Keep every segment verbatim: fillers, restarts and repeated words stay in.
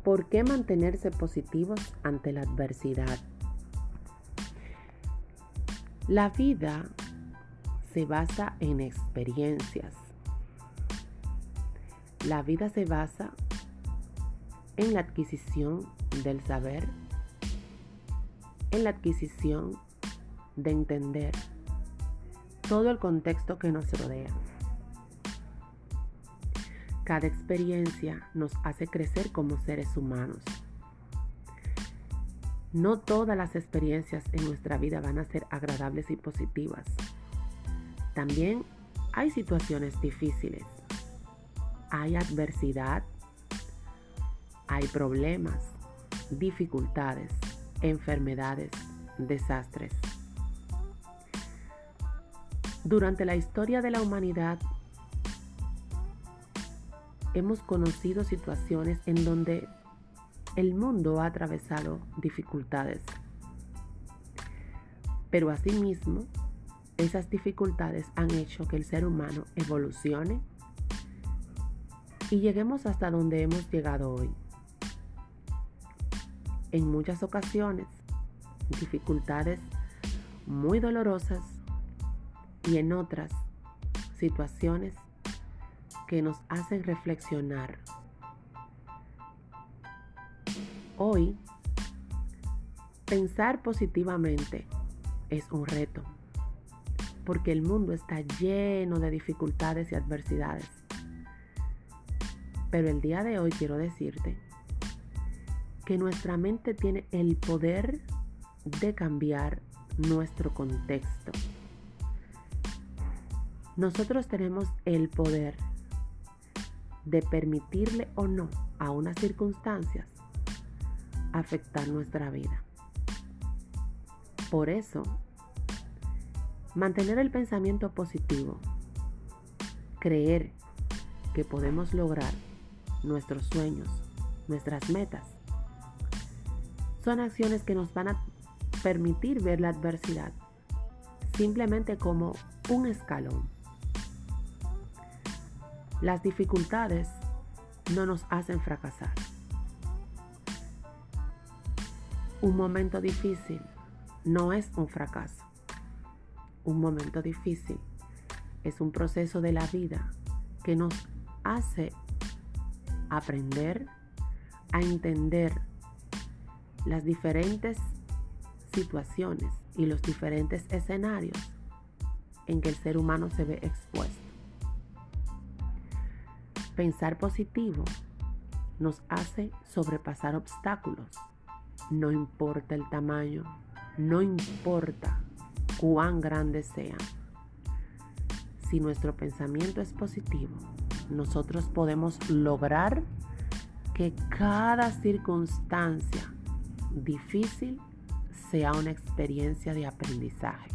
¿Por qué mantenerse positivos ante la adversidad? La vida se basa en experiencias. La vida se basa en la adquisición del saber, en la adquisición de entender todo el contexto que nos rodea. Cada experiencia nos hace crecer como seres humanos. No todas las experiencias en nuestra vida van a ser agradables y positivas. También hay situaciones difíciles, hay adversidad, hay problemas, dificultades, enfermedades, desastres. Durante la historia de la humanidad, hemos conocido situaciones en donde el mundo ha atravesado dificultades. Pero asimismo, esas dificultades han hecho que el ser humano evolucione y lleguemos hasta donde hemos llegado hoy. En muchas ocasiones, dificultades muy dolorosas y en otras situaciones que nos hacen reflexionar. Hoy, pensar positivamente es un reto, porque el mundo está lleno de dificultades y adversidades. Pero el día de hoy quiero decirte que nuestra mente tiene el poder de cambiar nuestro contexto. Nosotros tenemos el poder de permitirle o no a unas circunstancias afectar nuestra vida. Por eso, mantener el pensamiento positivo, creer que podemos lograr nuestros sueños, nuestras metas, son acciones que nos van a permitir ver la adversidad simplemente como un escalón. Las dificultades no nos hacen fracasar. Un momento difícil no es un fracaso. Un momento difícil es un proceso de la vida que nos hace aprender a entender las diferentes situaciones y los diferentes escenarios en que el ser humano se ve expuesto. Pensar positivo nos hace sobrepasar obstáculos. No importa el tamaño, no importa cuán grandes sean. Si nuestro pensamiento es positivo, nosotros podemos lograr que cada circunstancia difícil sea una experiencia de aprendizaje.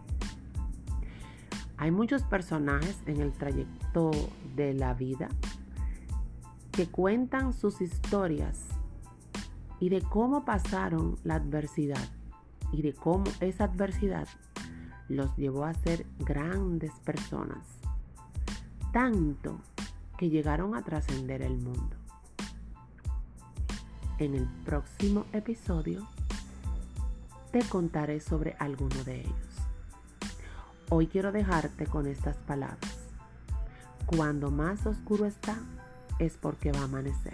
Hay muchos personajes en el trayecto de la vida que cuentan sus historias y de cómo pasaron la adversidad y de cómo esa adversidad los llevó a ser grandes personas, tanto que llegaron a trascender el mundo. En el próximo episodio te contaré sobre alguno de ellos. Hoy quiero dejarte con estas palabras. Cuando más oscuro está, es porque va a amanecer.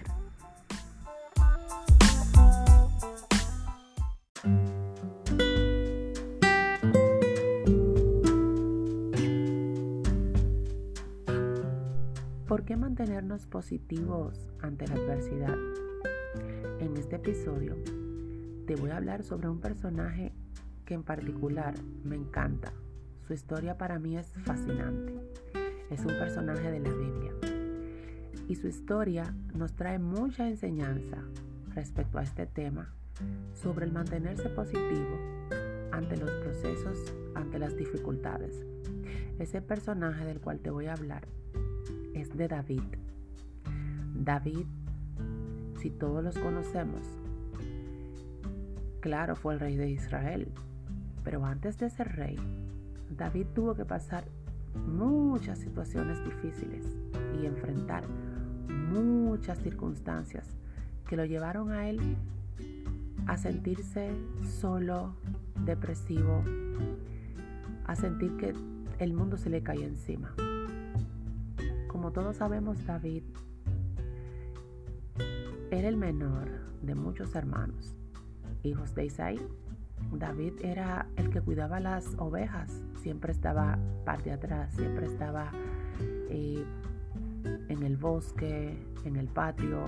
¿Por qué mantenernos positivos ante la adversidad? En este episodio te voy a hablar sobre un personaje que en particular me encanta. Su historia para mí es fascinante. Es un personaje de la Biblia. Y su historia nos trae mucha enseñanza respecto a este tema sobre el mantenerse positivo ante los procesos, ante las dificultades. Ese personaje del cual te voy a hablar es de David. David, si todos los conocemos, claro, fue el rey de Israel, pero antes de ser rey, David tuvo que pasar muchas situaciones difíciles y enfrentar muchas circunstancias que lo llevaron a él a sentirse solo, depresivo, a sentir que el mundo se le caía encima. Como todos sabemos, David era el menor de muchos hermanos, hijos de Isaí. David era el que cuidaba las ovejas, siempre estaba parte de atrás, siempre estaba eh, en el bosque, en el patio.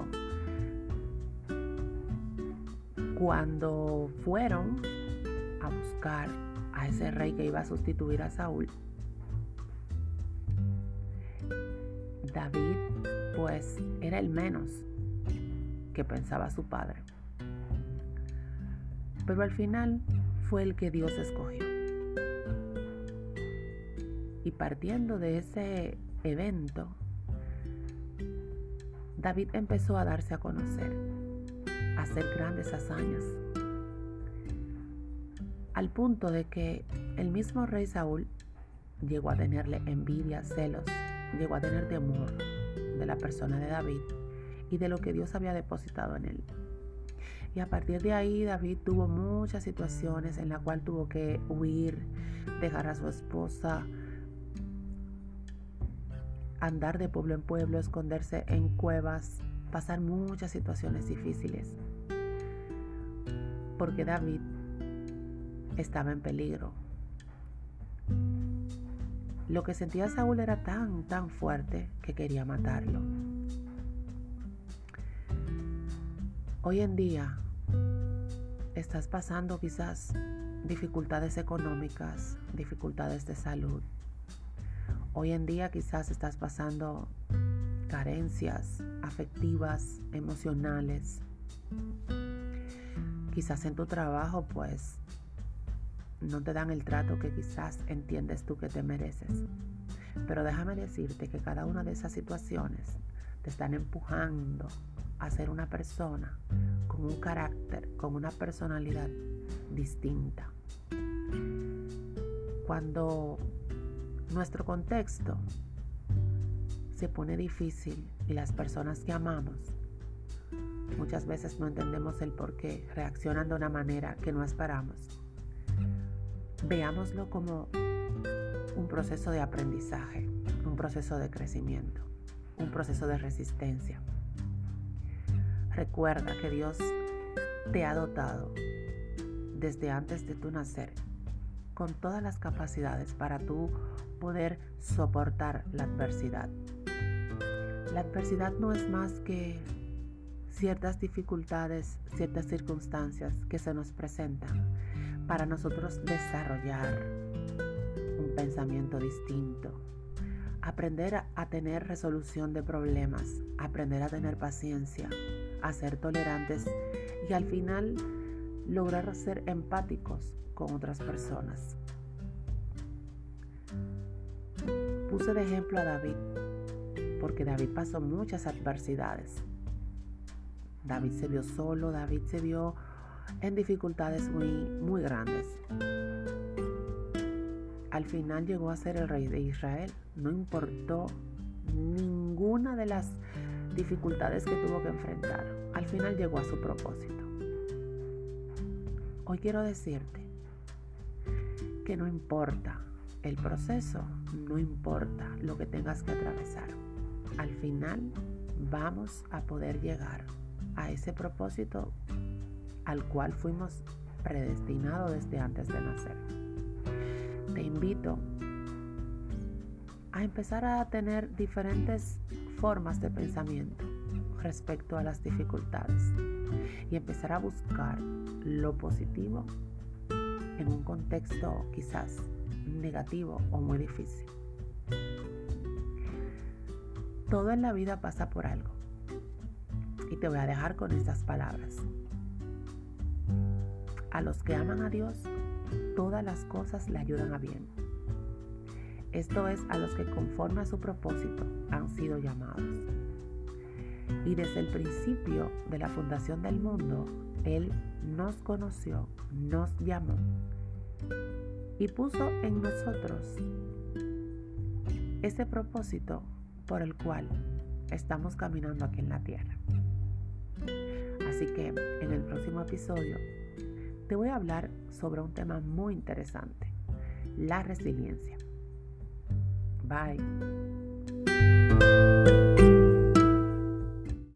Cuando fueron a buscar a ese rey que iba a sustituir a Saúl, David pues era el menos que pensaba su padre. Pero al final fue el que Dios escogió. Y partiendo de ese evento, David empezó a darse a conocer, a hacer grandes hazañas, al punto de que el mismo rey Saúl llegó a tenerle envidia, celos, llegó a tener temor de la persona de David y de lo que Dios había depositado en él. Y a partir de ahí David tuvo muchas situaciones en las cuales tuvo que huir, dejar a su esposa, andar de pueblo en pueblo, esconderse en cuevas, pasar muchas situaciones difíciles, porque David estaba en peligro. Lo que sentía Saúl era tan, tan fuerte que quería matarlo. Hoy en día estás pasando quizás dificultades económicas, dificultades de salud. Hoy en día quizás estás pasando carencias afectivas, emocionales. Quizás en tu trabajo pues no te dan el trato que quizás entiendes tú que te mereces. Pero déjame decirte que cada una de esas situaciones te están empujando a ser una persona con un carácter, con una personalidad distinta. Cuando nuestro contexto se pone difícil y las personas que amamos muchas veces no entendemos el por qué reaccionan de una manera que no esperamos, veámoslo como un proceso de aprendizaje, un proceso de crecimiento, un proceso de resistencia. Recuerda que Dios te ha dotado desde antes de tu nacer con todas las capacidades para tú poder soportar la adversidad. La adversidad no es más que ciertas dificultades, ciertas circunstancias que se nos presentan para nosotros desarrollar un pensamiento distinto, aprender a, a tener resolución de problemas, aprender a tener paciencia, a ser tolerantes y al final lograr ser empáticos con otras personas. Puse de ejemplo a David porque David pasó muchas adversidades. David se vio solo, David se vio en dificultades muy, muy grandes. Al final llegó a ser el rey de Israel. No importó ninguna de las dificultades que tuvo que enfrentar. Al final llegó a su propósito. Hoy quiero decirte que no importa el proceso, no importa lo que tengas que atravesar. Al final vamos a poder llegar a ese propósito al cual fuimos predestinados desde antes de nacer. Te invito a empezar a tener diferentes formas de pensamiento respecto a las dificultades y empezar a buscar lo positivo en un contexto quizás negativo o muy difícil. Todo en la vida pasa por algo y te voy a dejar con estas palabras. A los que aman a Dios, todas las cosas le ayudan a bien. Esto es a los que conforme a su propósito han sido llamados. Y desde el principio de la fundación del mundo, Él nos conoció, nos llamó y puso en nosotros ese propósito por el cual estamos caminando aquí en la tierra. Así que en el próximo episodio te voy a hablar sobre un tema muy interesante, la resiliencia. Bye.